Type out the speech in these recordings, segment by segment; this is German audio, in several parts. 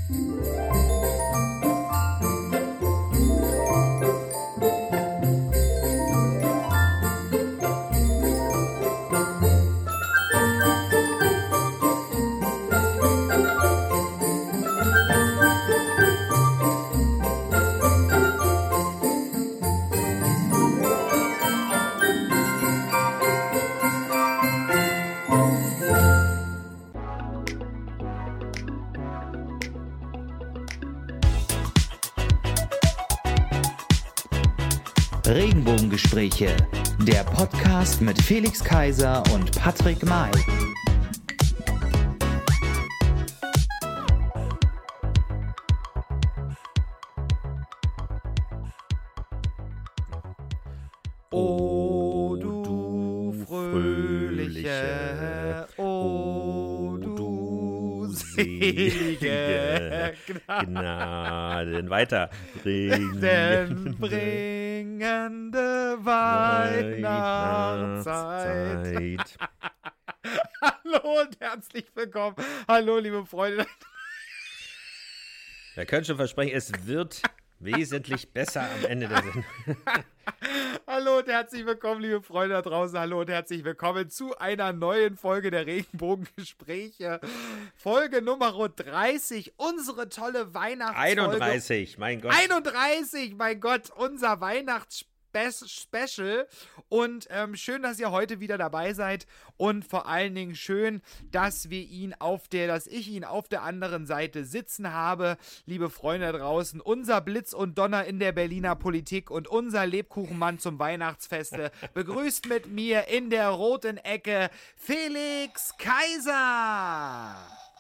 Regenbogengespräche, der Podcast mit Felix Kaiser und Patrick May. O du fröhliche, o du selige Gnaden weiter bringende Weihnachtszeit. Hallo und herzlich willkommen. Hallo, liebe Freunde. Wir können schon versprechen, es wird wesentlich besser am Ende der Sendung. Hallo und herzlich willkommen, liebe Freunde da draußen. Hallo und herzlich willkommen zu einer neuen Folge der Regenbogengespräche. Folge Nummer 30, unsere tolle Weihnachtsfolge. 31, mein Gott. 31, mein Gott, unser Weihnachtsspecial. Und schön, dass ihr heute wieder dabei seid. Und vor allen Dingen schön, dass ich ihn auf der anderen Seite sitzen habe. Liebe Freunde da draußen, unser Blitz und Donner in der Berliner Politik und unser Lebkuchenmann zum Weihnachtsfeste begrüßt mit mir in der roten Ecke Felix Kaiser.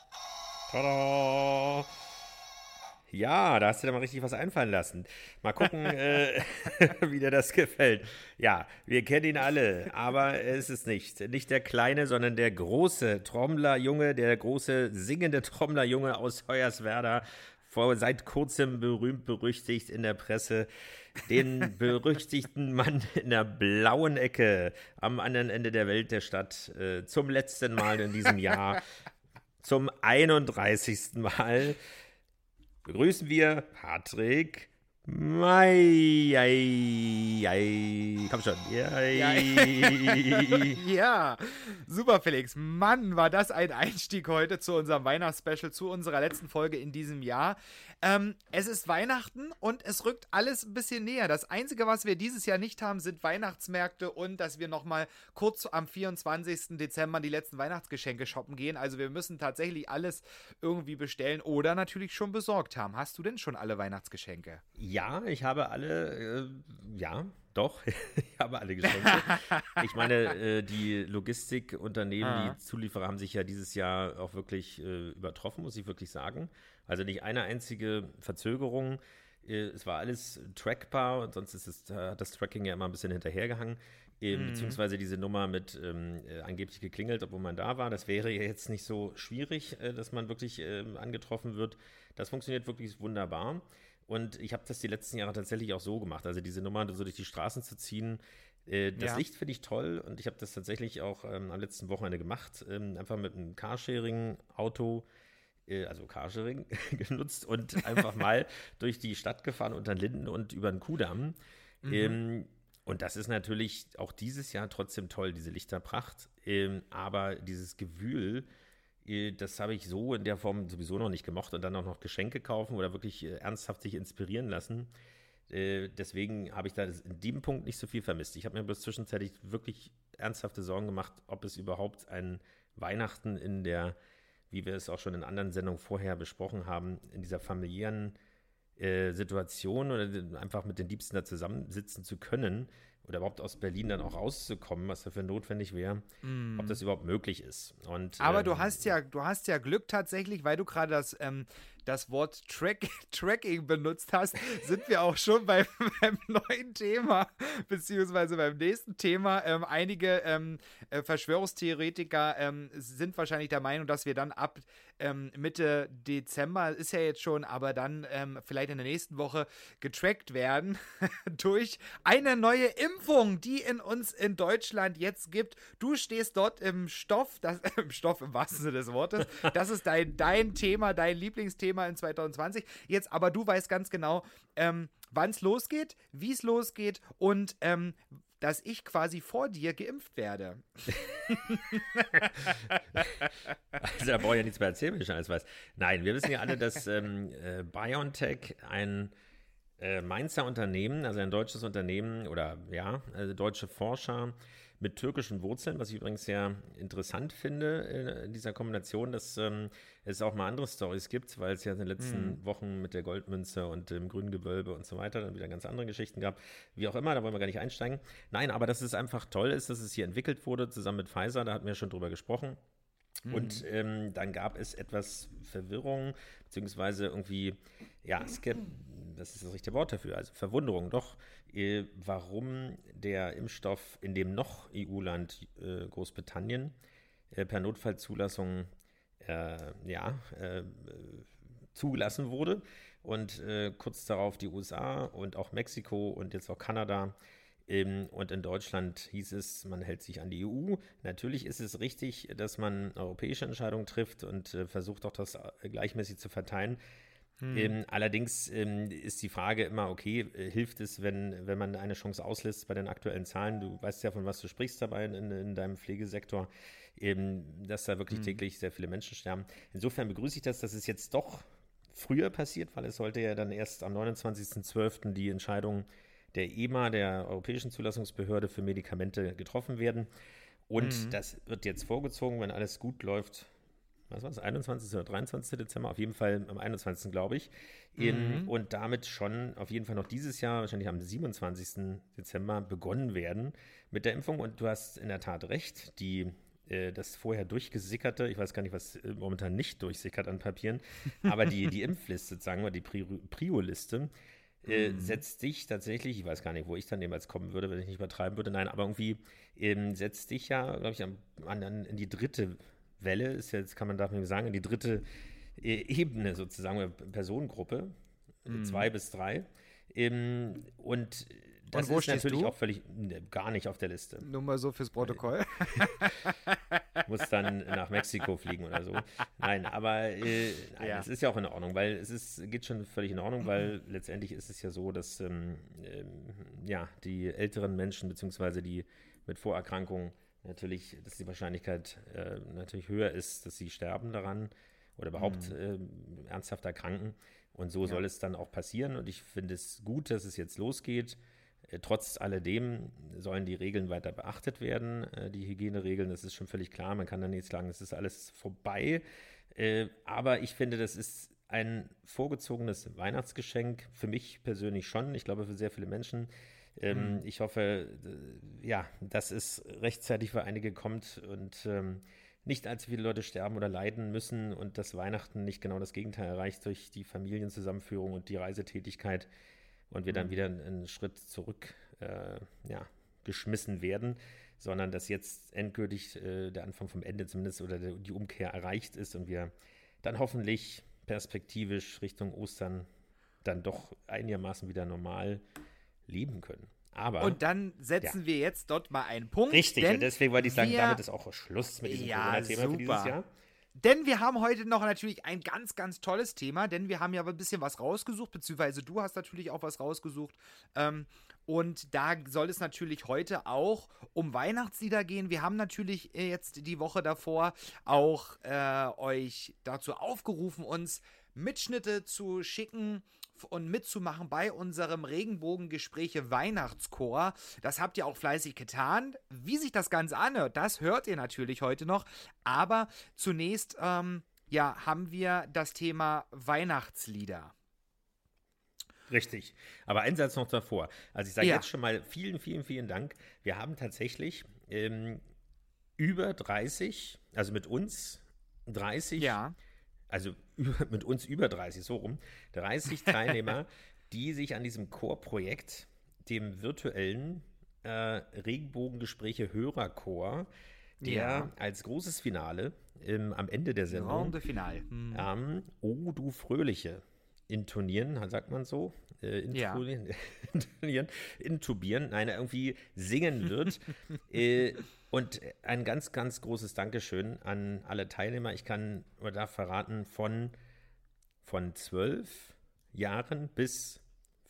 Tada! Ja, da hast du dir mal richtig was einfallen lassen. Mal gucken, wie dir das gefällt. Ja, wir kennen ihn alle, aber es ist nicht der kleine, sondern der große Trommlerjunge, der große singende Trommlerjunge aus Hoyerswerda, seit kurzem berühmt-berüchtigt in der Presse, den berüchtigten Mann in der blauen Ecke am anderen Ende der Welt, der Stadt, zum letzten Mal in diesem Jahr, zum 31. Mal. Begrüßen wir Patrick May. Komm schon. Ja, super, Felix. Mann, war das ein Einstieg heute zu unserem Weihnachtsspecial, zu unserer letzten Folge in diesem Jahr. Es ist Weihnachten und es rückt alles ein bisschen näher. Das Einzige, was wir dieses Jahr nicht haben, sind Weihnachtsmärkte und dass wir nochmal kurz am 24. Dezember die letzten Weihnachtsgeschenke shoppen gehen. Also wir müssen tatsächlich alles irgendwie bestellen oder natürlich schon besorgt haben. Hast du denn schon alle Weihnachtsgeschenke? Ja, ich habe alle, doch, ich habe alle Geschenke. Ich meine, die Logistikunternehmen, die Zulieferer haben sich ja dieses Jahr auch wirklich übertroffen, muss ich wirklich sagen. Also nicht eine einzige Verzögerung. Es war alles trackbar und sonst hat das Tracking ja immer ein bisschen hinterhergehangen. Beziehungsweise diese Nummer mit angeblich geklingelt, obwohl man da war. Das wäre ja jetzt nicht so schwierig, dass man wirklich angetroffen wird. Das funktioniert wirklich wunderbar. Und ich habe das die letzten Jahre tatsächlich auch so gemacht. Also diese Nummer so durch die Straßen zu ziehen, das Licht finde ich toll. Und ich habe das tatsächlich auch am letzten Wochenende gemacht. Einfach mit einem Carsharing-Auto, also Carsharing genutzt und einfach mal durch die Stadt gefahren unter den Linden und über den Kudamm. Und das ist natürlich auch dieses Jahr trotzdem toll, diese Lichterpracht. Aber dieses Gewühl, das habe ich so in der Form sowieso noch nicht gemocht und dann auch noch Geschenke kaufen oder wirklich ernsthaft sich inspirieren lassen. Deswegen habe ich da in dem Punkt nicht so viel vermisst. Ich habe mir bloß zwischenzeitlich wirklich ernsthafte Sorgen gemacht, ob es überhaupt ein Weihnachten in der, wie wir es auch schon in anderen Sendungen vorher besprochen haben, in dieser familiären Situation oder einfach mit den Liebsten da zusammensitzen zu können oder überhaupt aus Berlin dann auch rauszukommen, was dafür notwendig wäre, ob das überhaupt möglich ist. Aber du hast ja Glück tatsächlich, weil du gerade das Wort Tracking benutzt hast, sind wir auch schon beim neuen Thema, beziehungsweise beim nächsten Thema. Einige Verschwörungstheoretiker sind wahrscheinlich der Meinung, dass wir dann ab Mitte Dezember, ist ja jetzt schon, aber dann vielleicht in der nächsten Woche getrackt werden durch eine neue Impfung, die uns in Deutschland jetzt gibt. Du stehst dort im Stoff im wahrsten Sinne des Wortes. Das ist dein Thema, dein Lieblingsthema in 2020. Jetzt, aber du weißt ganz genau, wann es losgeht, wie es losgeht und dass ich quasi vor dir geimpft werde. Also da brauche ich ja nichts mehr erzählen, wenn ich schon alles weiß. Nein, wir wissen ja alle, dass BioNTech ein Mainzer Unternehmen, also ein deutsches Unternehmen oder ja, also deutsche Forscher mit türkischen Wurzeln, was ich übrigens sehr interessant finde in dieser Kombination, dass es auch mal andere Storys gibt, weil es ja in den letzten Wochen mit der Goldmünze und dem grünen Gewölbe und so weiter dann wieder ganz andere Geschichten gab. Wie auch immer, da wollen wir gar nicht einsteigen. Nein, aber dass es einfach toll ist, dass es hier entwickelt wurde, zusammen mit Pfizer, da hatten wir schon drüber gesprochen. Und dann gab es etwas Verwirrung, beziehungsweise irgendwie, ja, das ist das richtige Wort dafür, also Verwunderung doch, warum der Impfstoff in dem noch EU-Land Großbritannien per Notfallzulassung zugelassen wurde und kurz darauf die USA und auch Mexiko und jetzt auch Kanada. Und in Deutschland hieß es, man hält sich an die EU. Natürlich ist es richtig, dass man europäische Entscheidungen trifft und versucht auch das gleichmäßig zu verteilen. Allerdings ist die Frage immer, okay, hilft es, wenn man eine Chance auslässt bei den aktuellen Zahlen? Du weißt ja, von was du sprichst dabei in deinem Pflegesektor, dass da wirklich täglich sehr viele Menschen sterben. Insofern begrüße ich das, dass es jetzt doch früher passiert, weil es sollte ja dann erst am 29.12. die Entscheidung der EMA, der Europäischen Zulassungsbehörde für Medikamente, getroffen werden. Und das wird jetzt vorgezogen, wenn alles gut läuft. Was war es, 21. oder 23. Dezember? Auf jeden Fall am 21. glaube ich. Und damit schon auf jeden Fall noch dieses Jahr, wahrscheinlich am 27. Dezember, begonnen werden mit der Impfung. Und du hast in der Tat recht, das vorher durchgesickerte, ich weiß gar nicht, was momentan nicht durchsickert an Papieren, aber die Impfliste, sagen wir, die Prio-Liste, setzt dich tatsächlich, ich weiß gar nicht, wo ich dann jeweils kommen würde, wenn ich nicht übertreiben würde, nein, aber irgendwie setzt dich ja, glaube ich, in die dritte Welle, ist jetzt, darf man nicht sagen, in die dritte Ebene sozusagen, Personengruppe, 2 bis 3. Und das wo ist stehst natürlich du? auch völlig gar nicht auf der Liste. Nur mal so fürs Protokoll. Muss dann nach Mexiko fliegen oder so. Nein, aber es ist ja auch in Ordnung, weil geht schon völlig in Ordnung, weil letztendlich ist es ja so, dass die älteren Menschen beziehungsweise die mit Vorerkrankungen natürlich, dass die Wahrscheinlichkeit natürlich höher ist, dass sie sterben daran oder überhaupt ernsthaft erkranken. Und so soll es dann auch passieren. Und ich finde es gut, dass es jetzt losgeht. Trotz alledem sollen die Regeln weiter beachtet werden, die Hygieneregeln, das ist schon völlig klar. Man kann dann nicht sagen, es ist alles vorbei. Aber ich finde, das ist ein vorgezogenes Weihnachtsgeschenk. Für mich persönlich schon. Ich glaube, für sehr viele Menschen. Ich hoffe, dass es rechtzeitig für einige kommt und nicht allzu viele Leute sterben oder leiden müssen und dass Weihnachten nicht genau das Gegenteil erreicht durch die Familienzusammenführung und die Reisetätigkeit und wir dann wieder einen Schritt zurück geschmissen werden, sondern dass jetzt endgültig der Anfang vom Ende zumindest oder die Umkehr erreicht ist und wir dann hoffentlich perspektivisch Richtung Ostern dann doch einigermaßen wieder normal leben können. Und dann setzen wir jetzt dort mal einen Punkt. Richtig, deswegen wollte ich sagen, damit ist auch Schluss mit diesem Corona-Thema für dieses Jahr. Denn wir haben heute noch natürlich ein ganz, ganz tolles Thema, denn wir haben ja ein bisschen was rausgesucht, beziehungsweise du hast natürlich auch was rausgesucht. Und da soll es natürlich heute auch um Weihnachtslieder gehen. Wir haben natürlich jetzt die Woche davor auch euch dazu aufgerufen, uns Mitschnitte zu schicken und mitzumachen bei unserem Regenbogengespräche Weihnachtschor. Das habt ihr auch fleißig getan. Wie sich das Ganze anhört, das hört ihr natürlich heute noch. Aber zunächst haben wir das Thema Weihnachtslieder. Richtig. Aber ein Satz noch davor. Also ich sage jetzt schon mal vielen, vielen, vielen Dank. Wir haben tatsächlich über 30, also mit uns 30, also mit uns über 30, so rum, 30 Teilnehmer, die sich an diesem Chorprojekt, dem virtuellen Regenbogengespräche Hörerchor, der als großes Finale am Ende der Sendung Grande Finale. O du Fröhliche intonieren, sagt man so? Ja. Intubieren, nein, irgendwie singen wird. Und ein ganz, ganz großes Dankeschön an alle Teilnehmer. Ich kann oder darf verraten, von 12 Jahren bis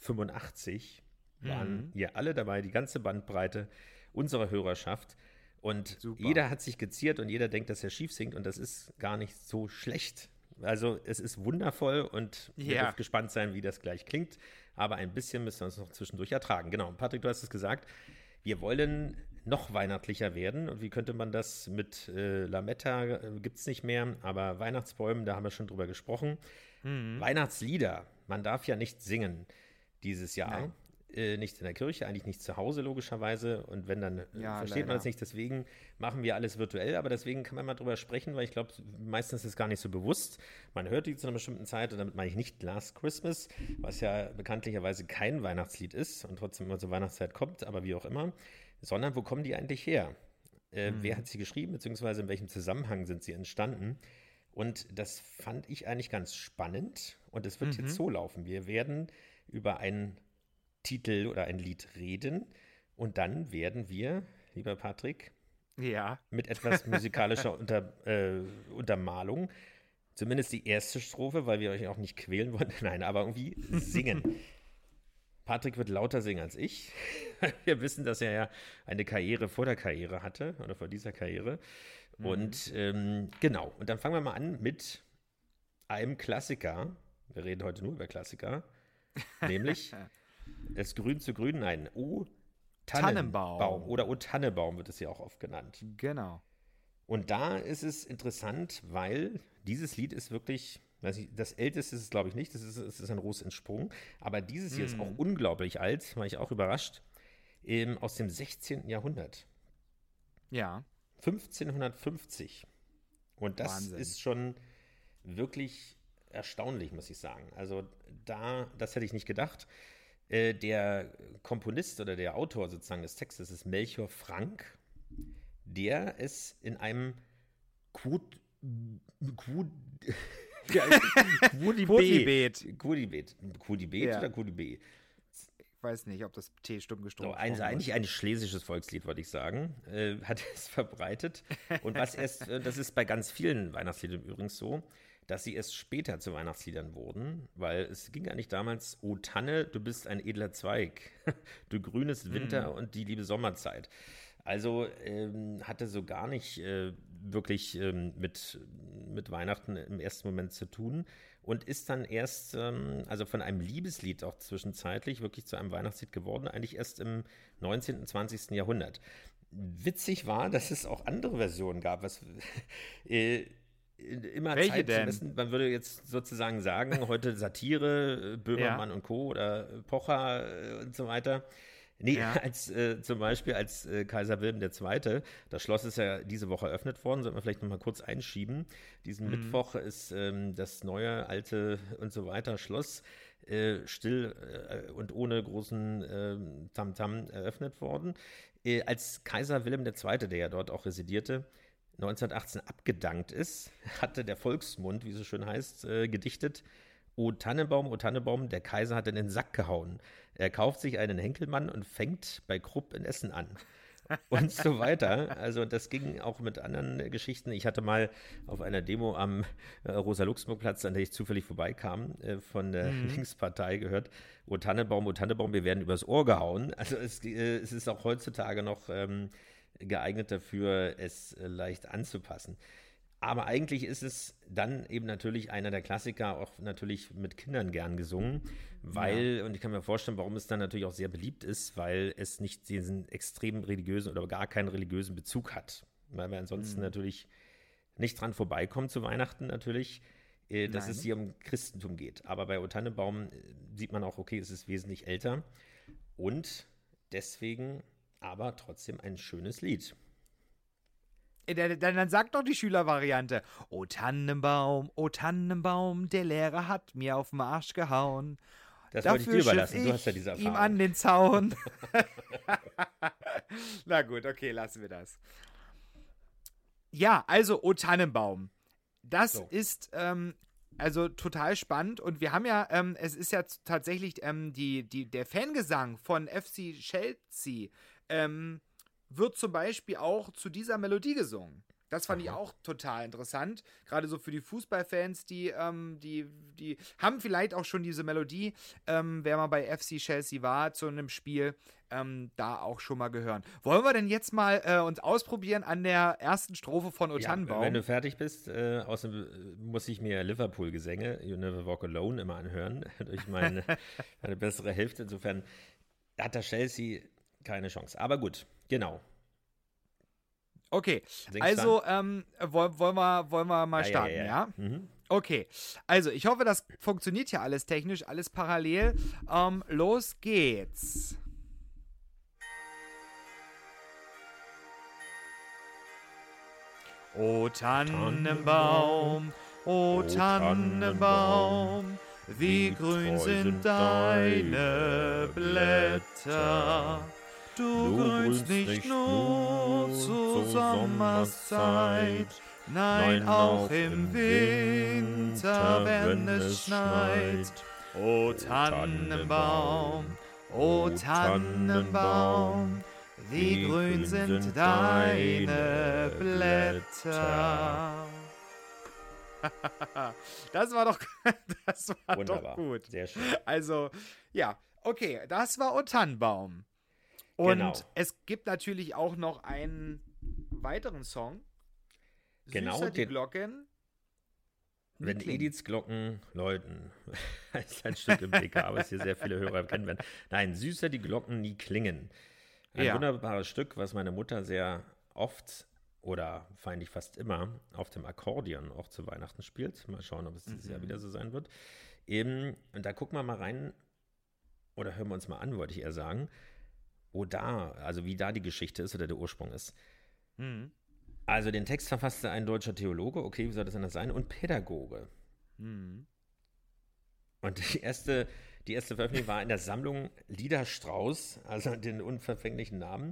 85 waren hier alle dabei, die ganze Bandbreite unserer Hörerschaft. Und Super. Jeder hat sich geziert und jeder denkt, dass er schief singt und das ist gar nicht so schlecht. Also es ist wundervoll und ihr dürft gespannt sein, wie das gleich klingt. Aber ein bisschen müssen wir uns noch zwischendurch ertragen. Genau, Patrick, du hast es gesagt, wir wollen noch weihnachtlicher werden. Und wie könnte man das mit Lametta, gibt es nicht mehr, aber Weihnachtsbäumen, da haben wir schon drüber gesprochen. Weihnachtslieder, man darf ja nicht singen dieses Jahr. Nicht in der Kirche, eigentlich nicht zu Hause logischerweise und wenn, dann versteht man das nicht, deswegen machen wir alles virtuell, aber deswegen kann man mal drüber sprechen, weil ich glaube, meistens ist es gar nicht so bewusst. Man hört die zu einer bestimmten Zeit und damit meine ich nicht Last Christmas, was ja bekanntlicherweise kein Weihnachtslied ist und trotzdem immer zur Weihnachtszeit kommt, aber wie auch immer, sondern wo kommen die eigentlich her? Wer hat sie geschrieben, beziehungsweise in welchem Zusammenhang sind sie entstanden? Und das fand ich eigentlich ganz spannend und es wird jetzt so laufen. Wir werden über einen Titel oder ein Lied reden und dann werden wir, lieber Patrick, mit etwas musikalischer Untermalung, zumindest die erste Strophe, weil wir euch auch nicht quälen wollen, nein, aber irgendwie singen. Patrick wird lauter singen als ich. Wir wissen, dass er ja eine Karriere vor der Karriere hatte oder vor dieser Karriere. Und genau, und dann fangen wir mal an mit einem Klassiker. Wir reden heute nur über Klassiker, nämlich das Grün zu Grün, nein, Tannenbaum. Oder Tannebaum wird es ja auch oft genannt. Genau. Und da ist es interessant, weil dieses Lied ist wirklich, das älteste ist es glaube ich nicht, es ist ein Rosentsprung, aber dieses hier ist auch unglaublich alt, war ich auch überrascht, aus dem 16. Jahrhundert. Ja. 1550. Und das Wahnsinn. Ist schon wirklich erstaunlich, muss ich sagen. Also das hätte ich nicht gedacht. Der Komponist oder der Autor sozusagen des Textes ist Melchior Frank, der es in einem Kudibet oder Kudibet? Ich weiß nicht, ob das T stumm gestummt ist. Eigentlich ein schlesisches Volkslied, wollte ich sagen, hat es verbreitet. Und das ist bei ganz vielen Weihnachtsliedern übrigens so, dass sie erst später zu Weihnachtsliedern wurden, weil es ging eigentlich damals, O Tanne, du bist ein edler Zweig, du grünest Winter und die liebe Sommerzeit. Also hatte so gar nicht wirklich mit Weihnachten im ersten Moment zu tun und ist dann erst, also von einem Liebeslied auch zwischenzeitlich wirklich zu einem Weihnachtslied geworden, eigentlich erst im 19. und 20. Jahrhundert. Witzig war, dass es auch andere Versionen gab, was immer Welche Zeit denn? zu messen. Man würde jetzt sozusagen sagen, heute Satire, Böhmermann und Co. oder Pocher und so weiter. Nee, zum Beispiel als Kaiser Wilhelm II., das Schloss ist ja diese Woche eröffnet worden, sollten wir vielleicht nochmal kurz einschieben. Diesen Mittwoch ist das neue, alte und so weiter Schloss still und ohne großen Tamtam eröffnet worden. Als Kaiser Wilhelm II., der ja dort auch residierte, 1918 abgedankt ist, hatte der Volksmund, wie es so schön heißt, gedichtet: O Tannebaum, der Kaiser hat in den Sack gehauen. Er kauft sich einen Henkelmann und fängt bei Krupp in Essen an. Und so weiter. Also das ging auch mit anderen Geschichten. Ich hatte mal auf einer Demo am Rosa-Luxemburg-Platz, an der ich zufällig vorbeikam, von der Linkspartei gehört: O Tannebaum, wir werden übers Ohr gehauen. Also es ist auch heutzutage noch geeignet dafür, es leicht anzupassen. Aber eigentlich ist es dann eben natürlich einer der Klassiker, auch natürlich mit Kindern gern gesungen, weil, und ich kann mir vorstellen, warum es dann natürlich auch sehr beliebt ist, weil es nicht diesen extrem religiösen oder gar keinen religiösen Bezug hat. Weil man ansonsten natürlich nicht dran vorbeikommt zu Weihnachten natürlich, dass es hier um Christentum geht. Aber bei O Tannebaum sieht man auch, okay, es ist wesentlich älter und deswegen aber trotzdem ein schönes Lied. Dann sagt doch die Schülervariante: O Tannenbaum, der Lehrer hat mir auf den Arsch gehauen. Das wollte ich dir überlassen, du hast ja diese Erfahrung. Ihm an den Zaun. Na gut, okay, lassen wir das. Ja, also O Tannenbaum. Das ist Also total spannend und wir haben ja, es ist ja tatsächlich der Fangesang von FC Chelsea wird zum Beispiel auch zu dieser Melodie gesungen. Das fand ich auch total interessant, gerade so für die Fußballfans, die haben vielleicht auch schon diese Melodie, wer mal bei FC Chelsea war, zu einem Spiel, da auch schon mal gehören. Wollen wir denn jetzt mal uns ausprobieren an der ersten Strophe von O Tannenbaum? Wenn du fertig bist, außerdem muss ich mir Liverpool-Gesänge, You Never Walk Alone, immer anhören, durch meine bessere Hälfte. Insofern hat der Chelsea keine Chance. Aber gut, genau. Okay, also wollen wir mal starten, ja? Mhm. Okay, also ich hoffe, das funktioniert hier alles technisch, alles parallel. Los geht's. O Tannenbaum, o Tannenbaum, wie grün sind deine Blätter. Du grünst nicht nur zur Sommerszeit, nein, auch im Winter, wenn es schneit. O Tannenbaum, o Tannenbaum, wie grün sind deine Blätter. Das war doch Wunderbar. Doch gut. Sehr schön. Also, ja, okay, das war O Tannenbaum. Und Genau. es gibt natürlich auch noch einen weiteren Song. Genau, Süßer die Glocken. Wenn Ediths Glocken läuten, ist ein Stück im Blick, aber es hier sehr viele Hörer kennen werden. Nein, Süßer die Glocken nie klingen. Ein wunderbares Stück, was meine Mutter sehr oft oder eigentlich fast immer auf dem Akkordeon auch zu Weihnachten spielt. Mal schauen, ob es dieses Jahr wieder so sein wird. Und da gucken wir mal rein, oder hören wir uns mal an, wollte ich eher sagen, wie da die Geschichte ist oder der Ursprung ist. Mhm. Also den Text verfasste ein deutscher Theologe, okay, wie soll das anders sein, und Pädagoge. Mhm. Und die erste Veröffentlichung war in der Sammlung Liederstrauß, also den unverfänglichen Namen,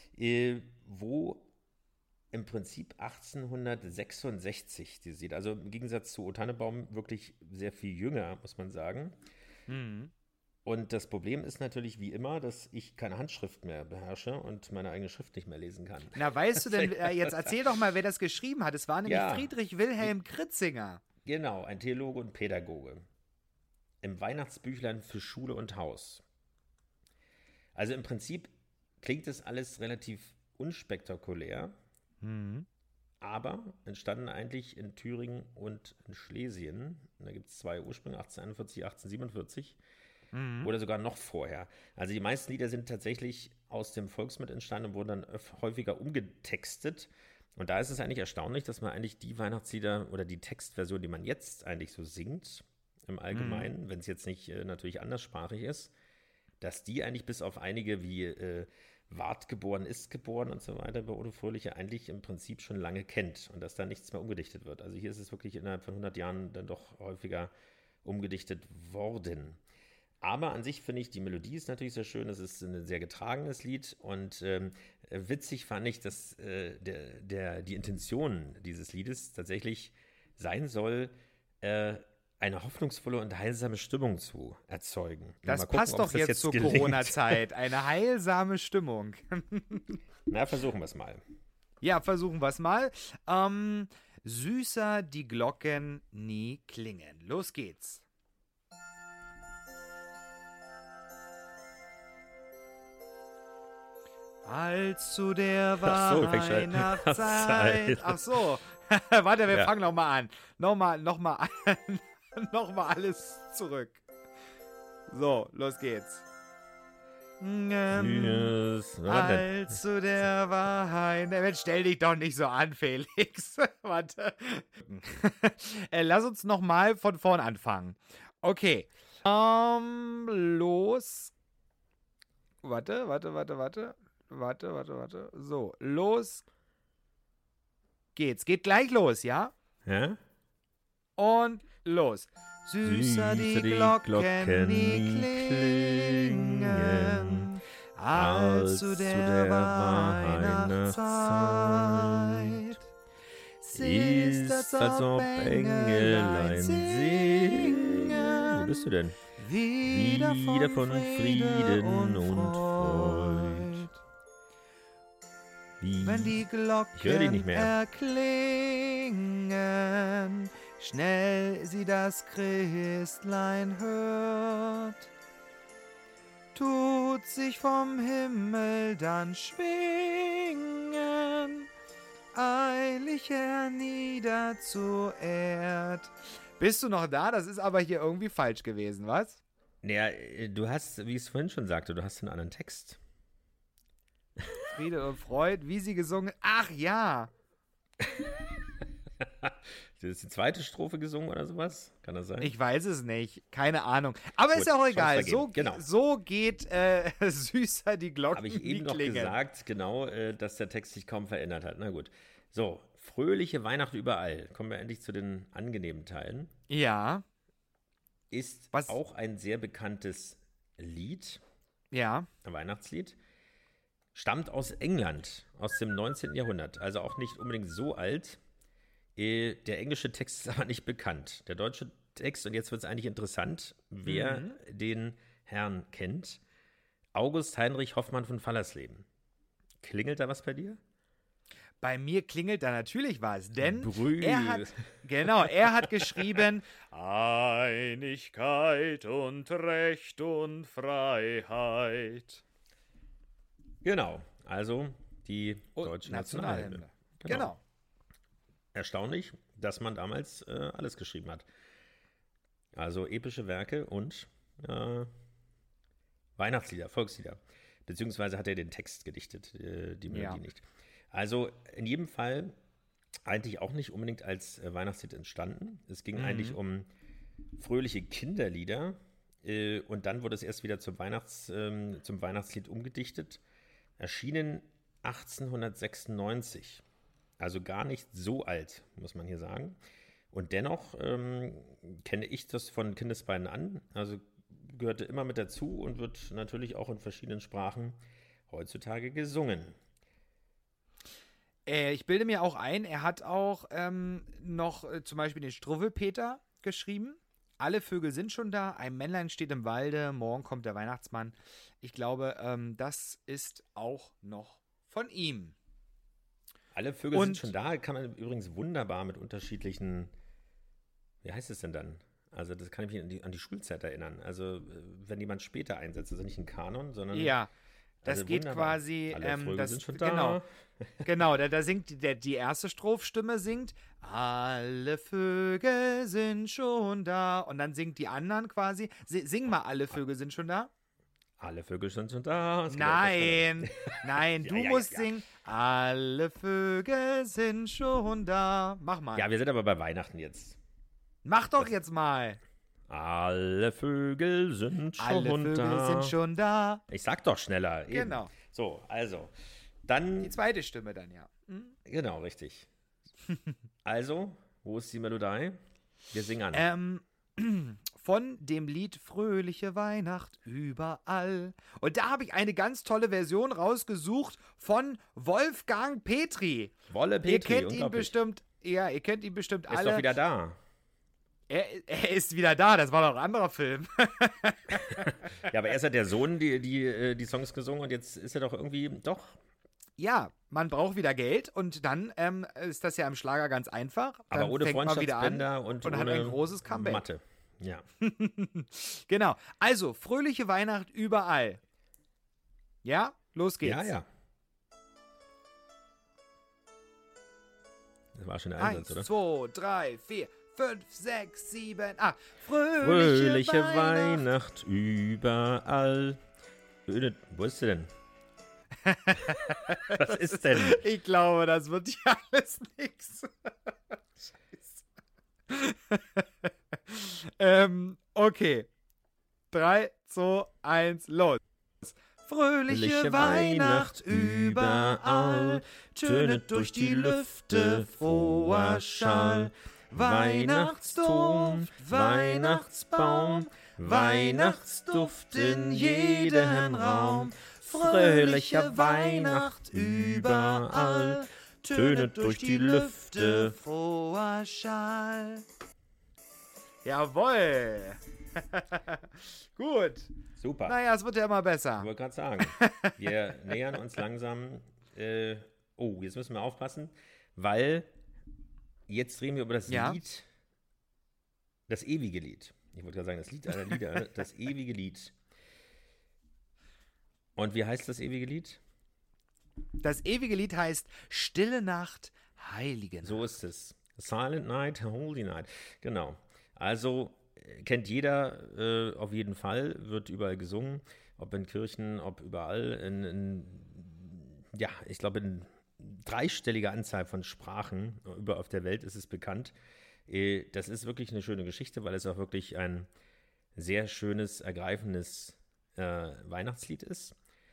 wo im Prinzip 1866 die sieht. Also im Gegensatz zu O Tannenbaum wirklich sehr viel jünger, muss man sagen. Mhm. Und das Problem ist natürlich wie immer, dass ich keine Handschrift mehr beherrsche und meine eigene Schrift nicht mehr lesen kann. Na, weißt du denn, jetzt erzähl doch mal, wer das geschrieben hat. Es war nämlich Ja. Friedrich Wilhelm Kritzinger. Genau, ein Theologe und Pädagoge. Im Weihnachtsbüchlein für Schule und Haus. Also im Prinzip klingt das alles relativ unspektakulär, aber entstanden eigentlich in Thüringen und in Schlesien. Und da gibt es zwei Ursprünge, 1841, 1847. Oder sogar noch vorher. Also die meisten Lieder sind tatsächlich aus dem Volksmund entstanden und wurden dann häufiger umgetextet. Und da ist es eigentlich erstaunlich, dass man eigentlich die Weihnachtslieder oder die Textversion, die man jetzt eigentlich so singt, im Allgemeinen, wenn es jetzt nicht natürlich anderssprachig ist, dass die eigentlich bis auf einige wie Ward geboren, ist geboren und so weiter bei Odo Fröhliche eigentlich im Prinzip schon lange kennt und dass da nichts mehr umgedichtet wird. Also hier ist es wirklich innerhalb von 100 Jahren dann doch häufiger umgedichtet worden. Aber an sich finde ich, die Melodie ist natürlich sehr schön. Es ist ein sehr getragenes Lied und witzig fand ich, dass die Intention dieses Liedes tatsächlich sein soll, eine hoffnungsvolle und heilsame Stimmung zu erzeugen. Das gucken, passt doch jetzt zur Corona-Zeit. Eine heilsame Stimmung. Na, versuchen wir es mal. Ja, versuchen wir es mal. Süßer die Glocken nie klingen. Los geht's. Als zu der Weihnachtszeit. Ach so. Warte, wir fangen nochmal an. Nochmal alles zurück. So, los geht's. Als zu der Weihnachtszeit. Stell dich doch nicht so an, Felix. Warte. Lass uns nochmal von vorn anfangen. Okay. Los. Warte. So, los geht's. Geht gleich los, ja? Ja? Und los. Süßer die Glocken nie klingen, als zu der Weihnachtszeit. Es ist, als ob Engelein singen. Wo bist du denn? Wieder von Frieden und Freud. Wenn die Ich höre dich nicht Glocken mehr. erklingen, schnell sie das Christlein hört, tut sich vom Himmel dann schwingen, eilig hernieder zur Erd. Bist du noch da? Das ist aber hier irgendwie falsch gewesen, was? Naja, du hast, wie ich es vorhin schon sagte, du hast einen anderen Text. Friede und Freud, wie sie gesungen. Ach ja. Das ist die zweite Strophe gesungen oder sowas? Kann das sein? Ich weiß es nicht. Keine Ahnung. Aber Gut, ist ja auch Chance egal. vergeben. Genau. So geht süßer die Glocken, Habe ich die eben noch klingen. gesagt, genau, dass der Text sich kaum verändert hat. Na gut. So, fröhliche Weihnacht überall. Kommen wir endlich zu den angenehmen Teilen. Ja, Ist Was? auch ein sehr bekanntes Lied, ja. ein Weihnachtslied. Stammt aus England, aus dem 19. Jahrhundert. Also auch nicht unbedingt so alt. Der englische Text ist aber nicht bekannt. Der deutsche Text, und jetzt wird es eigentlich interessant, wer den Herrn kennt. August Heinrich Hoffmann von Fallersleben. Klingelt da was bei dir? Bei mir klingelt da natürlich was, denn Brühl. er hat geschrieben Einigkeit und Recht und Freiheit. Genau, also die deutsche Nationalhymne. Genau. Erstaunlich, dass man damals alles geschrieben hat. Also epische Werke und Weihnachtslieder, Volkslieder. Beziehungsweise hat er den Text gedichtet, die Melodie nicht. Also in jedem Fall eigentlich auch nicht unbedingt als Weihnachtslied entstanden. Es ging eigentlich um fröhliche Kinderlieder und dann wurde es erst wieder zum Weihnachtslied umgedichtet. Erschienen 1896. Also gar nicht so alt, muss man hier sagen. Und dennoch kenne ich das von Kindesbeinen an. Also gehörte immer mit dazu und wird natürlich auch in verschiedenen Sprachen heutzutage gesungen. Ich bilde mir auch ein, er hat auch noch zum Beispiel den Struwwelpeter geschrieben. Alle Vögel sind schon da, ein Männlein steht im Walde, morgen kommt der Weihnachtsmann. Ich glaube, das ist auch noch von ihm. Alle Vögel sind schon da, kann man übrigens wunderbar mit unterschiedlichen, wie heißt es denn dann? Also das kann ich mich an die Schulzeit erinnern. Also wenn jemand später einsetzt, also nicht ein Kanon, sondern... Ja, das also geht wunderbar. quasi... Alle Vögel sind schon da. Genau, da singt die erste Strophstimme singt alle Vögel sind schon da. Und dann singt die anderen quasi, sing mal, alle Vögel sind schon da. Alle Vögel sind schon da. Nein, du Ja. musst singen, alle Vögel sind schon da. Mach mal. Ja, wir sind aber bei Weihnachten jetzt. Mach doch jetzt mal. Alle Vögel sind schon Alle Vögel da. sind schon da. Ich sag doch schneller. Eben. Genau. So, also. Dann. Die zweite Stimme dann, ja. Genau, richtig. Also, wo ist die Melodie? Wir singen an. Von dem Lied Fröhliche Weihnacht überall. Und da habe ich eine ganz tolle Version rausgesucht von Wolfgang Petri. Wolle Petri, Ihr kennt ihn unglaublich. bestimmt, ihr kennt ihn bestimmt Ist alle. doch wieder da. Er ist wieder da, das war doch ein anderer Film. Ja, aber erst hat der Sohn die Songs gesungen und jetzt ist er doch irgendwie, doch. Ja, man braucht wieder Geld und dann ist das ja im Schlager ganz einfach. Dann Aber ohne fängt man wieder an Freundschaftsbänder und hat ohne ein großes Comeback. Mathe. Ja. Genau. Also, fröhliche Weihnacht überall. Ja, los geht's. Ja. Das war schon der 1, Einsatz, oder? 2, 3, 4, 5, 6, 7, 8. Fröhliche Weihnacht überall. Wo ist sie denn? Was ist denn? Ich glaube, das wird ja alles nix. Scheiße. Okay. 3, 2, 1, los. Fröhliche Weihnacht überall, tönet durch die Lüfte froher Schall. Weihnachtsduft, Weihnachtsbaum, Weihnachtsduft in jedem Raum. Fröhliche Weihnacht überall, tönet durch die Lüfte. Froher Schall. Jawohl. Gut. Super. Naja, es wird ja immer besser. Ich wollte gerade sagen, wir nähern uns langsam. Jetzt müssen wir aufpassen, weil jetzt reden wir über das Lied, das ewige Lied. Ich wollte gerade sagen, das Lied aller Lieder, das ewige Lied. Und wie heißt das ewige Lied? Das ewige Lied heißt Stille Nacht, heilige Nacht. So ist es. Silent Night, Holy Night. Genau. Also kennt jeder auf jeden Fall, wird überall gesungen, ob in Kirchen, ob überall. Ich glaube, in dreistelliger Anzahl von Sprachen überall auf der Welt ist es bekannt. Das ist wirklich eine schöne Geschichte, weil es auch wirklich ein sehr schönes, ergreifendes Weihnachtslied ist.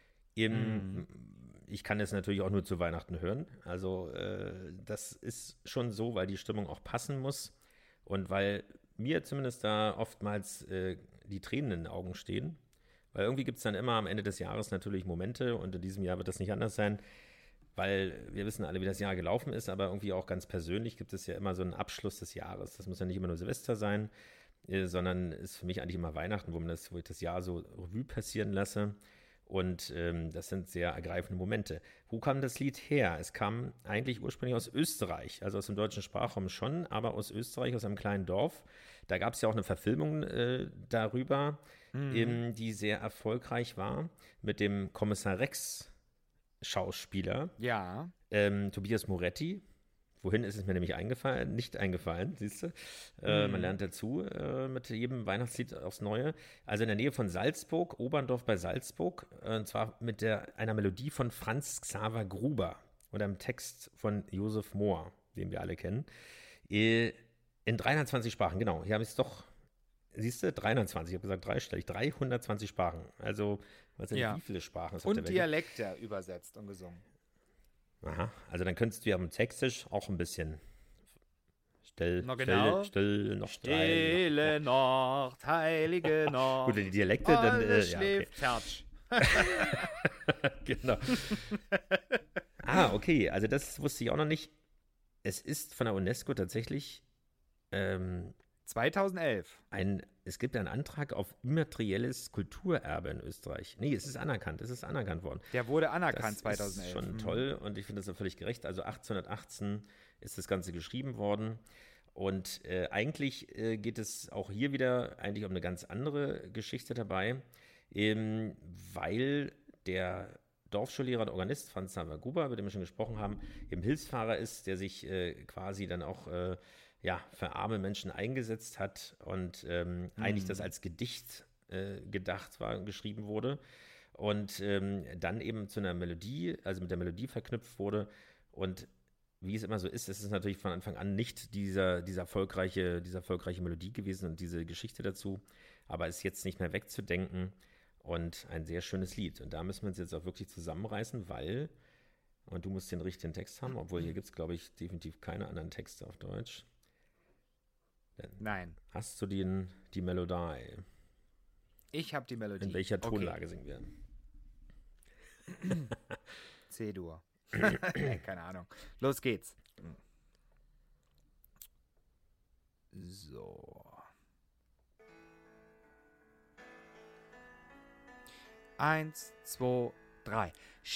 Ich kann es natürlich auch nur zu Weihnachten hören. Also das ist schon so, weil die Stimmung auch passen muss und weil mir zumindest da oftmals die Tränen in den Augen stehen. Weil irgendwie gibt es dann immer am Ende des Jahres natürlich Momente und in diesem Jahr wird das nicht anders sein, weil wir wissen alle, wie das Jahr gelaufen ist, aber irgendwie auch ganz persönlich gibt es ja immer so einen Abschluss des Jahres. Das muss ja nicht immer nur Silvester sein, sondern ist für mich eigentlich immer Weihnachten, wo ich das Jahr so Revue passieren lasse. Und das sind sehr ergreifende Momente. Wo kam das Lied her? Es kam eigentlich ursprünglich aus Österreich, also aus dem deutschen Sprachraum schon, aber aus Österreich, aus einem kleinen Dorf. Da gab es ja auch eine Verfilmung darüber, die sehr erfolgreich war, mit dem Kommissar Rex Schauspieler. Ja. Tobias Moretti. Wohin ist es mir nämlich nicht eingefallen, siehst du? Man lernt dazu mit jedem Weihnachtslied aufs Neue. Also in der Nähe von Salzburg, Oberndorf bei Salzburg, und zwar mit einer Melodie von Franz Xaver Gruber und einem Text von Josef Mohr, den wir alle kennen. In 320 Sprachen, genau. Hier habe ich es doch, siehst du, 320, ich habe gesagt dreistellig, 320 Sprachen. Also, was sind wie viele Sprachen es auf der Welt? Und Dialekte übersetzt und gesungen. Aha, also dann könntest du ja am Textisch auch ein bisschen Stille Nacht, heilige Nacht. Gut, die Dialekte dann. Schläft, Herz. Genau. Okay, also das wusste ich auch noch nicht. Es ist von der UNESCO tatsächlich 2011. Es gibt einen Antrag auf immaterielles Kulturerbe in Österreich. Nee, es ist anerkannt worden. Der wurde anerkannt das 2011. Das ist schon toll und ich finde das auch völlig gerecht. Also 1818 ist das Ganze geschrieben worden und eigentlich geht es auch hier wieder eigentlich um eine ganz andere Geschichte dabei, weil der Dorfschullehrer und Organist Franz Xaver Gruber, mit dem wir schon gesprochen haben, eben Hilfsfahrer ist, der sich quasi dann auch für arme Menschen eingesetzt hat und eigentlich das als Gedicht gedacht war, geschrieben wurde und dann eben zu einer Melodie, also mit der Melodie verknüpft wurde und wie es immer so ist es natürlich von Anfang an nicht diese erfolgreiche Melodie gewesen und diese Geschichte dazu, aber ist jetzt nicht mehr wegzudenken und ein sehr schönes Lied und da müssen wir uns jetzt auch wirklich zusammenreißen, weil, und du musst den richtigen Text haben, obwohl hier gibt es, glaube ich, definitiv keine anderen Texte auf Deutsch. Nein. Hast du die Melodie? Ich habe die Melodie. In welcher Tonlage singen wir? C-Dur. Keine Ahnung. Los geht's. So. 1, 2, 3.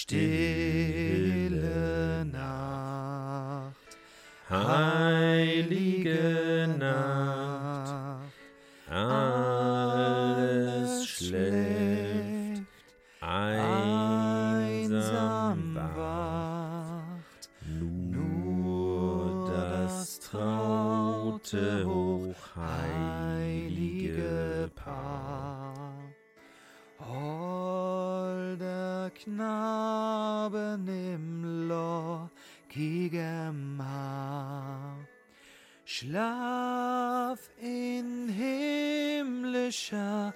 Stille Nacht. Heilige Nacht, alles schläft, einsam wacht, nur das traute, hochheilige Paar. Holder Knaben im lockigem Haar, schlaf in himmlischer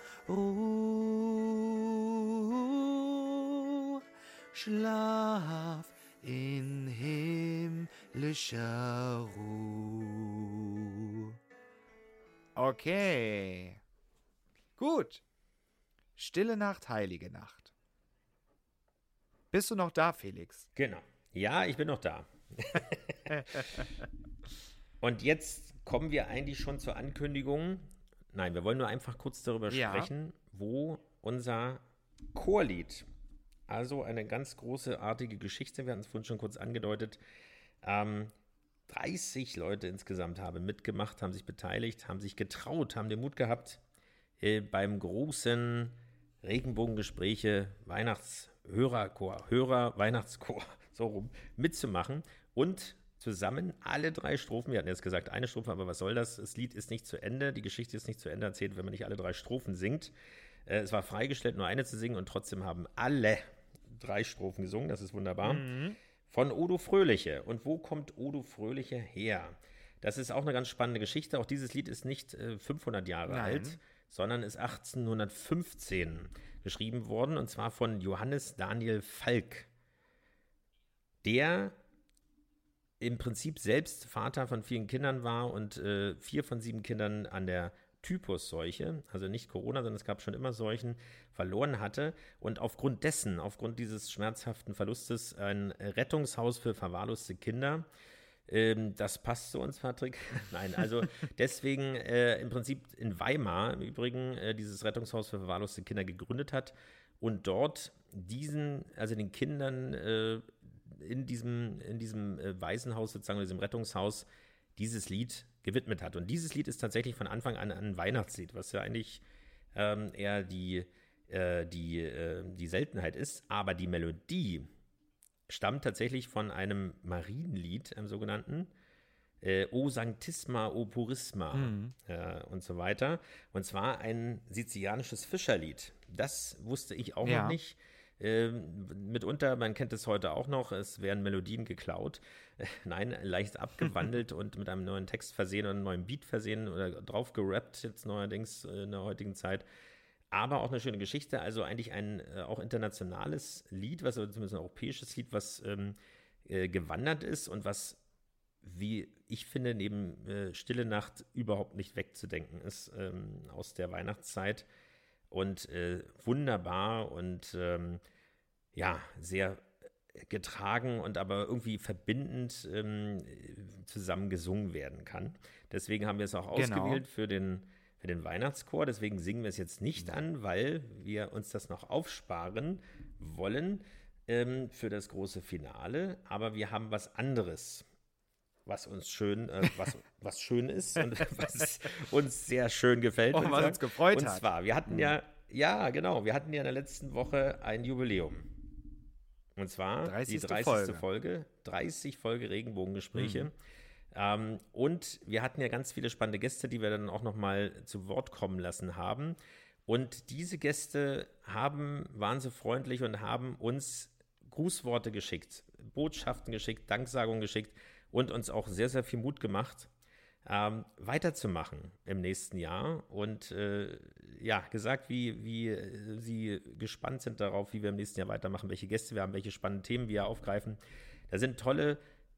Ruh, schlaf in himmlischer Ruh. Okay. Gut. Stille Nacht, heilige Nacht. Bist du noch da, Felix? Genau. Ja, ich bin noch da. Und jetzt kommen wir eigentlich schon zur Ankündigung. Nein, wir wollen nur einfach kurz darüber sprechen, wo unser Chorlied, also eine ganz großartige Geschichte, wir hatten es vorhin schon kurz angedeutet, 30 Leute insgesamt haben mitgemacht, haben sich beteiligt, haben sich getraut, haben den Mut gehabt, beim großen Regenbogengespräche Weihnachtschor, so rum, mitzumachen und zusammen alle 3 Strophen, wir hatten jetzt gesagt eine Strophe, aber was soll das? Das Lied ist nicht zu Ende, die Geschichte ist nicht zu Ende erzählt, wenn man nicht alle 3 Strophen singt. Es war freigestellt, nur eine zu singen und trotzdem haben alle 3 Strophen gesungen, das ist wunderbar. Von Odo Fröhliche. Und wo kommt Odo Fröhliche her? Das ist auch eine ganz spannende Geschichte. Auch dieses Lied ist nicht 500 Jahre alt, sondern ist 1815 geschrieben worden, und zwar von Johannes Daniel Falk, der im Prinzip selbst Vater von 4 Kindern war und 4 von 7 Kindern an der Typhusseuche, also nicht Corona, sondern es gab schon immer Seuchen, verloren hatte und aufgrund dieses schmerzhaften Verlustes ein Rettungshaus für verwahrloste Kinder. Das passt zu uns, Patrick. Nein, also deswegen im Prinzip in Weimar im Übrigen dieses Rettungshaus für verwahrloste Kinder gegründet hat und dort den Kindern in diesem Waisenhaus sozusagen, in diesem Rettungshaus, dieses Lied gewidmet hat. Und dieses Lied ist tatsächlich von Anfang an ein Weihnachtslied, was ja eigentlich eher die Seltenheit ist. Aber die Melodie stammt tatsächlich von einem Marienlied, einem sogenannten O Sanctisma, O Purisma und so weiter. Und zwar ein sizilianisches Fischerlied. Das wusste ich auch noch nicht. Mitunter, man kennt es heute auch noch, es werden Melodien geklaut. Nein, leicht abgewandelt und mit einem neuen Text versehen oder einem neuen Beat versehen oder drauf gerappt jetzt neuerdings in der heutigen Zeit. Aber auch eine schöne Geschichte, also eigentlich ein auch internationales Lied, oder zumindest ein europäisches Lied, was gewandert ist und was, wie ich finde, neben Stille Nacht überhaupt nicht wegzudenken ist aus der Weihnachtszeit. Und wunderbar und sehr getragen und aber irgendwie verbindend zusammen gesungen werden kann. Deswegen haben wir es auch ausgewählt für den Weihnachtschor. Deswegen singen wir es jetzt nicht an, weil wir uns das noch aufsparen wollen für das große Finale. Aber wir haben was anderes, was uns schön ist und was uns sehr schön gefällt. Und was uns gefreut hat. Und zwar, wir hatten wir hatten ja in der letzten Woche ein Jubiläum. Und zwar 30. die 30. Folge, 30 Folge Regenbogengespräche. Und wir hatten ja ganz viele spannende Gäste, die wir dann auch nochmal zu Wort kommen lassen haben. Und diese Gäste waren so freundlich und haben uns Grußworte geschickt, Botschaften geschickt, Danksagungen geschickt und uns auch sehr, sehr viel Mut gemacht, weiterzumachen im nächsten Jahr. Und gesagt, wie sie gespannt sind darauf, wie wir im nächsten Jahr weitermachen, welche Gäste wir haben, welche spannenden Themen wir aufgreifen. Da sind tolle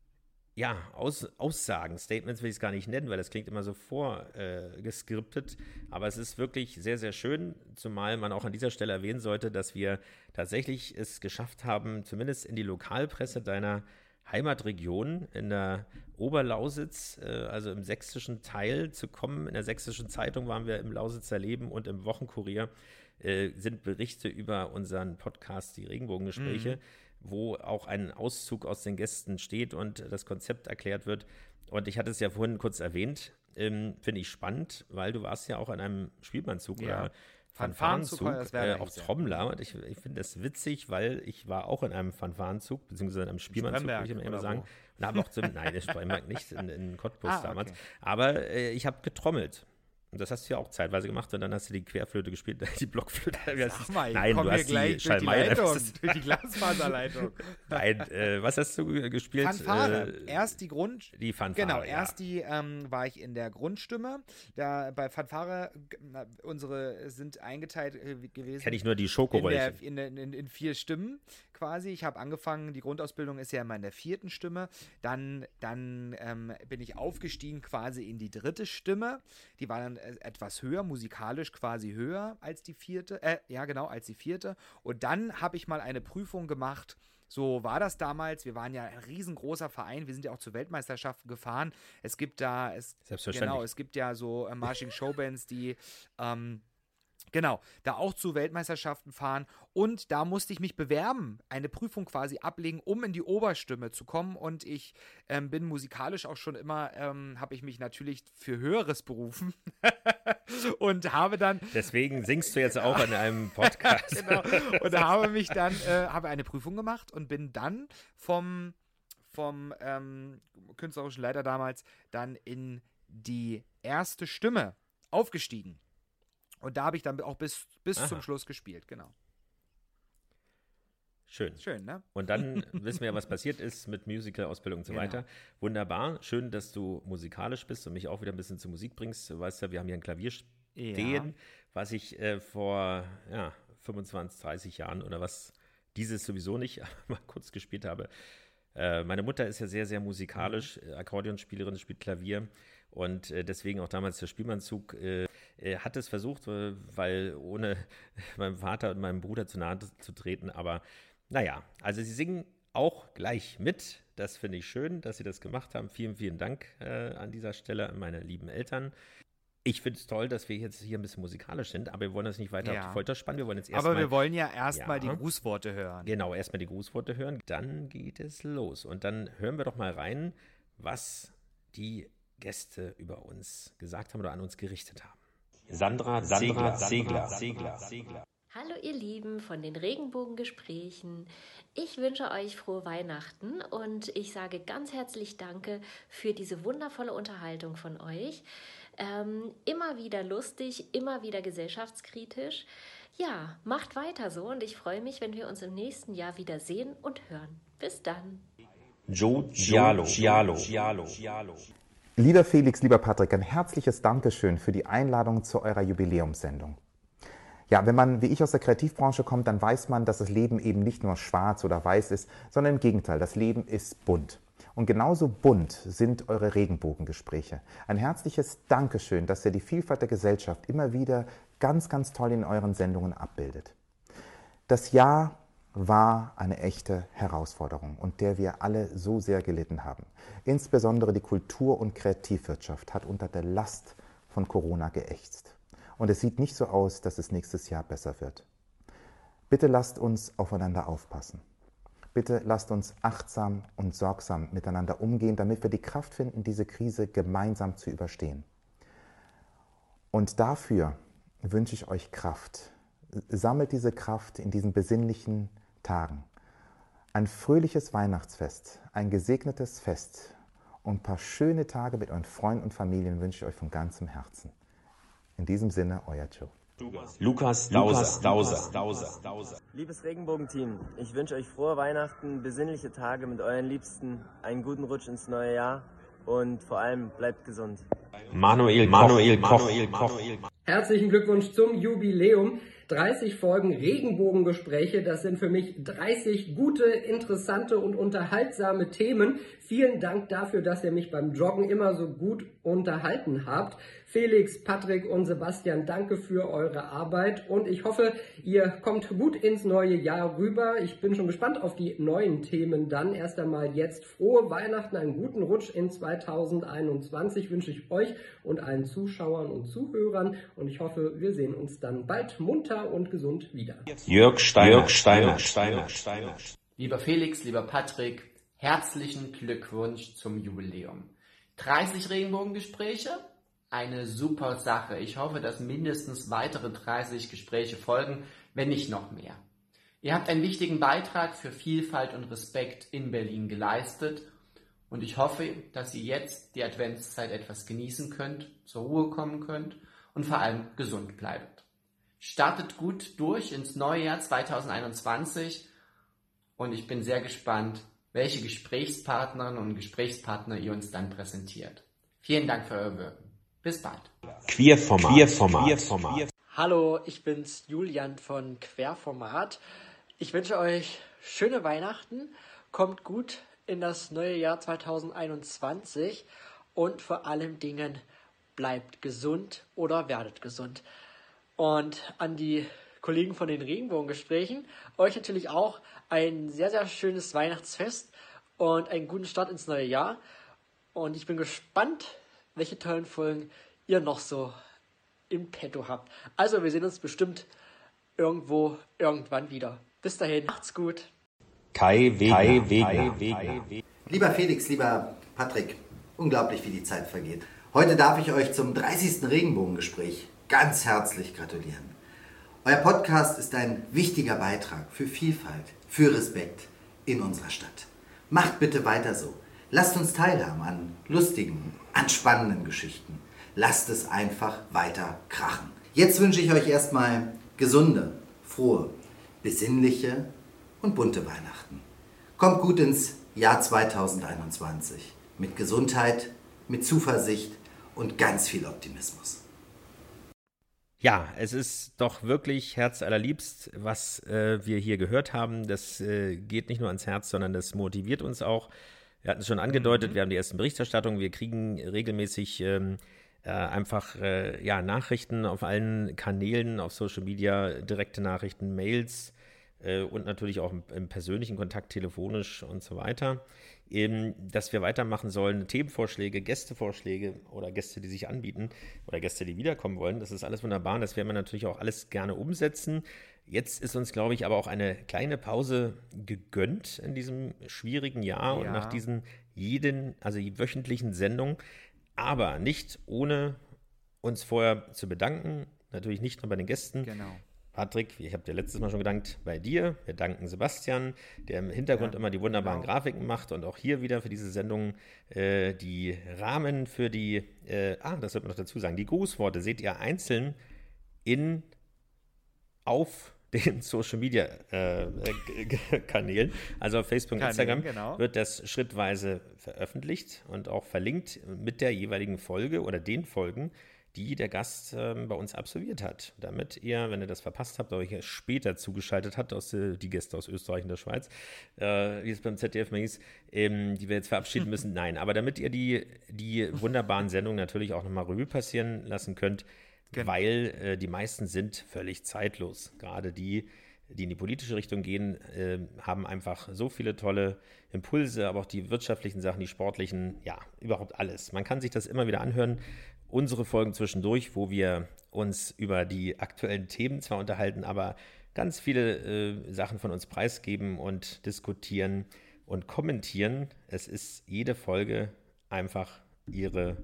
Aussagen, Statements will ich es gar nicht nennen, weil das klingt immer so vorgeskriptet, aber es ist wirklich sehr, sehr schön, zumal man auch an dieser Stelle erwähnen sollte, dass wir tatsächlich es geschafft haben, zumindest in die Lokalpresse deiner Heimatregion in der Oberlausitz, also im sächsischen Teil zu kommen. In der Sächsischen Zeitung waren wir im Lausitzer Leben und im Wochenkurier sind Berichte über unseren Podcast, die Regenbogengespräche, wo auch ein Auszug aus den Gästen steht und das Konzept erklärt wird. Und ich hatte es ja vorhin kurz erwähnt, finde ich spannend, weil du warst ja auch an einem Spielmannzug oder Fanfarenzug, auch Trommler. Und ich finde das witzig, weil ich war auch in einem Fanfarenzug, beziehungsweise in einem Spielmannzug, würde ich immer sagen. Und habe auch nein, in Spremberg nicht, in Cottbus damals. Okay. Aber ich habe getrommelt. Und das hast du ja auch zeitweise gemacht und dann hast du die Querflöte gespielt, die Blockflöte. Sag mal, nein, du hast die Schallmeier. Durch die Glasfaserleitung. Nein, was hast du gespielt? Fanfare. Erst die Die Fanfare, genau, erst war ich in der Grundstimme. Da bei Fanfare, unsere sind eingeteilt gewesen. Kenne ich nur die Schokoröllchen. In 4 Stimmen quasi. Ich habe angefangen, die Grundausbildung ist ja immer in der 4. Stimme. Dann bin ich aufgestiegen quasi in die 3. Stimme. Die war dann etwas höher, musikalisch quasi höher als die 4. Als die 4. Und dann habe ich mal eine Prüfung gemacht So war das damals. Wir waren ja ein riesengroßer Verein. Wir sind ja auch zu Weltmeisterschaften gefahren. Es gibt ja so Marching Showbands, die da auch zu Weltmeisterschaften fahren. Und da musste ich mich bewerben, eine Prüfung quasi ablegen, um in die Oberstimme zu kommen. Und ich bin musikalisch auch schon immer, habe ich mich natürlich für Höheres berufen und habe dann... Deswegen singst du jetzt auch in einem Podcast. Genau. Und habe eine Prüfung gemacht und bin dann vom künstlerischen Leiter damals dann in die erste Stimme aufgestiegen. Und da habe ich dann auch bis zum Schluss gespielt, genau. Schön. Schön, ne? Und dann wissen wir ja, was passiert ist mit Musical-Ausbildung und so weiter. Wunderbar. Schön, dass du musikalisch bist und mich auch wieder ein bisschen zur Musik bringst. Du weißt ja, wir haben hier ein Klavier stehen, was ich vor 25, 30 Jahren oder was, dieses sowieso nicht, mal kurz gespielt habe. Meine Mutter ist ja sehr, sehr musikalisch, Akkordeonspielerin, spielt Klavier und deswegen auch damals der Spielmannszug hat es versucht, weil ohne meinem Vater und meinem Bruder zu nahe zu treten, aber naja, also sie singen auch gleich mit, das finde ich schön, dass sie das gemacht haben. Vielen, vielen Dank an dieser Stelle an meine lieben Eltern. Ich finde es toll, dass wir jetzt hier ein bisschen musikalisch sind, aber wir wollen das nicht weiter auf die Folter spannen. Wir wollen jetzt erstmal. Aber wir wollen ja erstmal die Grußworte hören. Genau, erstmal die Grußworte hören. Dann geht es los. Und dann hören wir doch mal rein, was die Gäste über uns gesagt haben oder an uns gerichtet haben. Sandra Zegler. Hallo ihr Lieben von den Regenbogengesprächen. Ich wünsche euch frohe Weihnachten und ich sage ganz herzlich Danke für diese wundervolle Unterhaltung von euch. Immer wieder lustig, immer wieder gesellschaftskritisch. Ja, macht weiter so und ich freue mich, wenn wir uns im nächsten Jahr wieder sehen und hören. Bis dann. Joe Giallo. Lieber Felix, lieber Patrick, ein herzliches Dankeschön für die Einladung zu eurer Jubiläumssendung. Ja, wenn man wie ich aus der Kreativbranche kommt, dann weiß man, dass das Leben eben nicht nur schwarz oder weiß ist, sondern im Gegenteil, das Leben ist bunt. Und genauso bunt sind eure Regenbogengespräche. Ein herzliches Dankeschön, dass ihr die Vielfalt der Gesellschaft immer wieder ganz, ganz toll in euren Sendungen abbildet. Das Jahr war eine echte Herausforderung, unter der wir alle so sehr gelitten haben. Insbesondere die Kultur- und Kreativwirtschaft hat unter der Last von Corona geächzt. Und es sieht nicht so aus, dass es nächstes Jahr besser wird. Bitte lasst uns aufeinander aufpassen. Bitte lasst uns achtsam und sorgsam miteinander umgehen, damit wir die Kraft finden, diese Krise gemeinsam zu überstehen. Und dafür wünsche ich euch Kraft. Sammelt diese Kraft in diesen besinnlichen Tagen. Ein fröhliches Weihnachtsfest, ein gesegnetes Fest und ein paar schöne Tage mit euren Freunden und Familien wünsche ich euch von ganzem Herzen. In diesem Sinne, euer Joe. Lukas Dauser. Liebes Regenbogenteam, ich wünsche euch frohe Weihnachten, besinnliche Tage mit euren Liebsten, einen guten Rutsch ins neue Jahr und vor allem bleibt gesund. Manuel Koch. Herzlichen Glückwunsch zum Jubiläum. 30 Folgen Regenbogengespräche, das sind für mich 30 gute, interessante und unterhaltsame Themen. Vielen Dank dafür, dass ihr mich beim Joggen immer so gut unterhalten habt. Felix, Patrick und Sebastian, danke für eure Arbeit und ich hoffe, ihr kommt gut ins neue Jahr rüber. Ich bin schon gespannt auf die neuen Themen dann. Erst einmal jetzt frohe Weihnachten, einen guten Rutsch in 2021 wünsche ich euch und allen Zuschauern und Zuhörern und ich hoffe, wir sehen uns dann bald munter und gesund wieder. Jörg Steiner. Lieber Felix, lieber Patrick, herzlichen Glückwunsch zum Jubiläum. 30 Regenbogengespräche? Eine super Sache. Ich hoffe, dass mindestens weitere 30 Gespräche folgen, wenn nicht noch mehr. Ihr habt einen wichtigen Beitrag für Vielfalt und Respekt in Berlin geleistet und ich hoffe, dass ihr jetzt die Adventszeit etwas genießen könnt, zur Ruhe kommen könnt und vor allem gesund bleibt. Startet gut durch ins neue Jahr 2021 und ich bin sehr gespannt, welche Gesprächspartnerinnen und Gesprächspartner ihr uns dann präsentiert. Vielen Dank für euer Wirken. Bis bald. Querformat. Hallo, ich bin's Julian von Querformat. Ich wünsche euch schöne Weihnachten, kommt gut in das neue Jahr 2021 und vor allem Dingen bleibt gesund oder werdet gesund. Und an die Kollegen von den Regenbogengesprächen. Euch natürlich auch ein sehr, sehr schönes Weihnachtsfest und einen guten Start ins neue Jahr. Und ich bin gespannt, welche tollen Folgen ihr noch so im Petto habt. Also wir sehen uns bestimmt irgendwo, irgendwann wieder. Bis dahin, macht's gut. Kai Wegner. Lieber Felix, lieber Patrick, unglaublich, wie die Zeit vergeht. Heute darf ich euch zum 30. Regenbogengespräch ganz herzlich gratulieren. Euer Podcast ist ein wichtiger Beitrag für Vielfalt, für Respekt in unserer Stadt. Macht bitte weiter so. Lasst uns teilhaben an lustigen, an spannenden Geschichten. Lasst es einfach weiter krachen. Jetzt wünsche ich euch erstmal gesunde, frohe, besinnliche und bunte Weihnachten. Kommt gut ins Jahr 2021 mit Gesundheit, mit Zuversicht und ganz viel Optimismus. Ja, es ist doch wirklich herzallerliebst, was wir hier gehört haben. Das geht nicht nur ans Herz, sondern das motiviert uns auch. Wir hatten es schon angedeutet, wir haben die ersten Berichterstattungen, wir kriegen regelmäßig einfach Nachrichten auf allen Kanälen, auf Social Media, direkte Nachrichten, Mails und natürlich auch im persönlichen Kontakt, telefonisch und so weiter. Dass wir weitermachen sollen, Themenvorschläge, Gästevorschläge oder Gäste, die sich anbieten oder Gäste, die wiederkommen wollen. Das ist alles wunderbar und das werden wir natürlich auch alles gerne umsetzen. Jetzt ist uns, glaube ich, aber auch eine kleine Pause gegönnt in diesem schwierigen Jahr und nach diesen wöchentlichen Sendungen, aber nicht ohne uns vorher zu bedanken, natürlich nicht nur bei den Gästen. Genau. Patrick, ich habe dir letztes Mal schon gedankt bei dir. Wir danken Sebastian, der im Hintergrund immer die wunderbaren Grafiken macht und auch hier wieder für diese Sendung die Rahmen für die, das sollte man noch dazu sagen, die Grußworte seht ihr einzeln auf den Social Media Kanälen, also auf Facebook und Instagram, wird das schrittweise veröffentlicht und auch verlinkt mit der jeweiligen Folge oder den Folgen, die der Gast bei uns absolviert hat. Damit ihr, wenn ihr das verpasst habt, euch später zugeschaltet habt, die Gäste aus Österreich und der Schweiz, wie es beim ZDF mal hieß, die wir jetzt verabschieden müssen. Nein, aber damit ihr die wunderbaren Sendungen natürlich auch nochmal Revue passieren lassen könnt, weil die meisten sind völlig zeitlos. Gerade die in die politische Richtung gehen, haben einfach so viele tolle Impulse, aber auch die wirtschaftlichen Sachen, die sportlichen, ja, überhaupt alles. Man kann sich das immer wieder anhören. Unsere Folgen zwischendurch, wo wir uns über die aktuellen Themen zwar unterhalten, aber ganz viele Sachen von uns preisgeben und diskutieren und kommentieren. Es ist jede Folge einfach ihr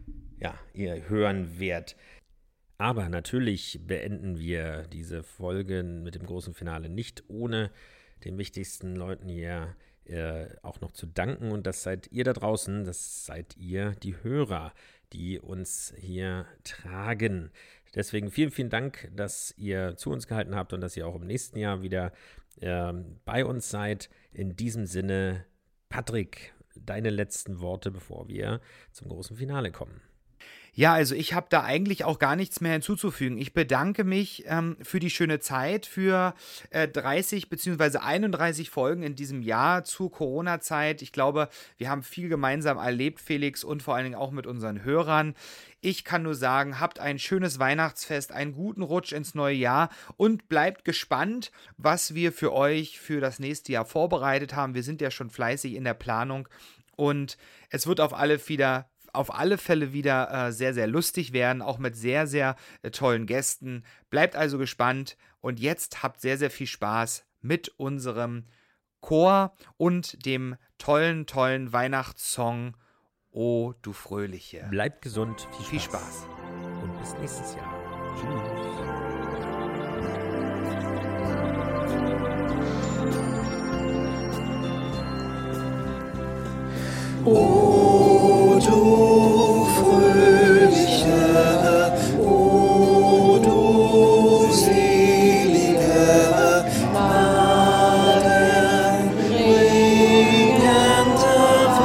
Hören wert. Aber natürlich beenden wir diese Folgen mit dem großen Finale nicht ohne den wichtigsten Leuten hier auch noch zu danken. Und das seid ihr da draußen, das seid ihr, die Hörer, die uns hier tragen. Deswegen vielen, vielen Dank, dass ihr zu uns gehalten habt und dass ihr auch im nächsten Jahr wieder bei uns seid. In diesem Sinne, Patrick, deine letzten Worte, bevor wir zum großen Finale kommen. Ja, also ich habe da eigentlich auch gar nichts mehr hinzuzufügen. Ich bedanke mich für die schöne Zeit, für 30 bzw. 31 Folgen in diesem Jahr zur Corona-Zeit. Ich glaube, wir haben viel gemeinsam erlebt, Felix, und vor allen Dingen auch mit unseren Hörern. Ich kann nur sagen, habt ein schönes Weihnachtsfest, einen guten Rutsch ins neue Jahr und bleibt gespannt, was wir für euch für das nächste Jahr vorbereitet haben. Wir sind ja schon fleißig in der Planung und es wird auf alle Fälle wieder sehr, sehr lustig werden, auch mit sehr, sehr tollen Gästen. Bleibt also gespannt und jetzt habt sehr, sehr viel Spaß mit unserem Chor und dem tollen, tollen Weihnachtssong O du Fröhliche. Bleibt gesund, viel Spaß. Und bis nächstes Jahr. Tschüss. O du fröhliche, o du selige, badenbringende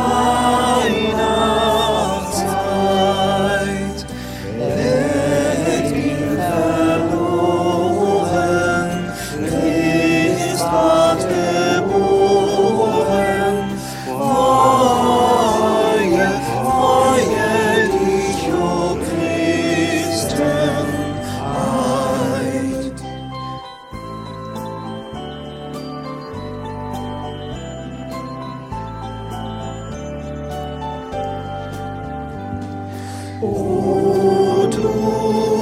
Weihnachtszeit. Weg ihm verloren, Christ ward geboren. Freue du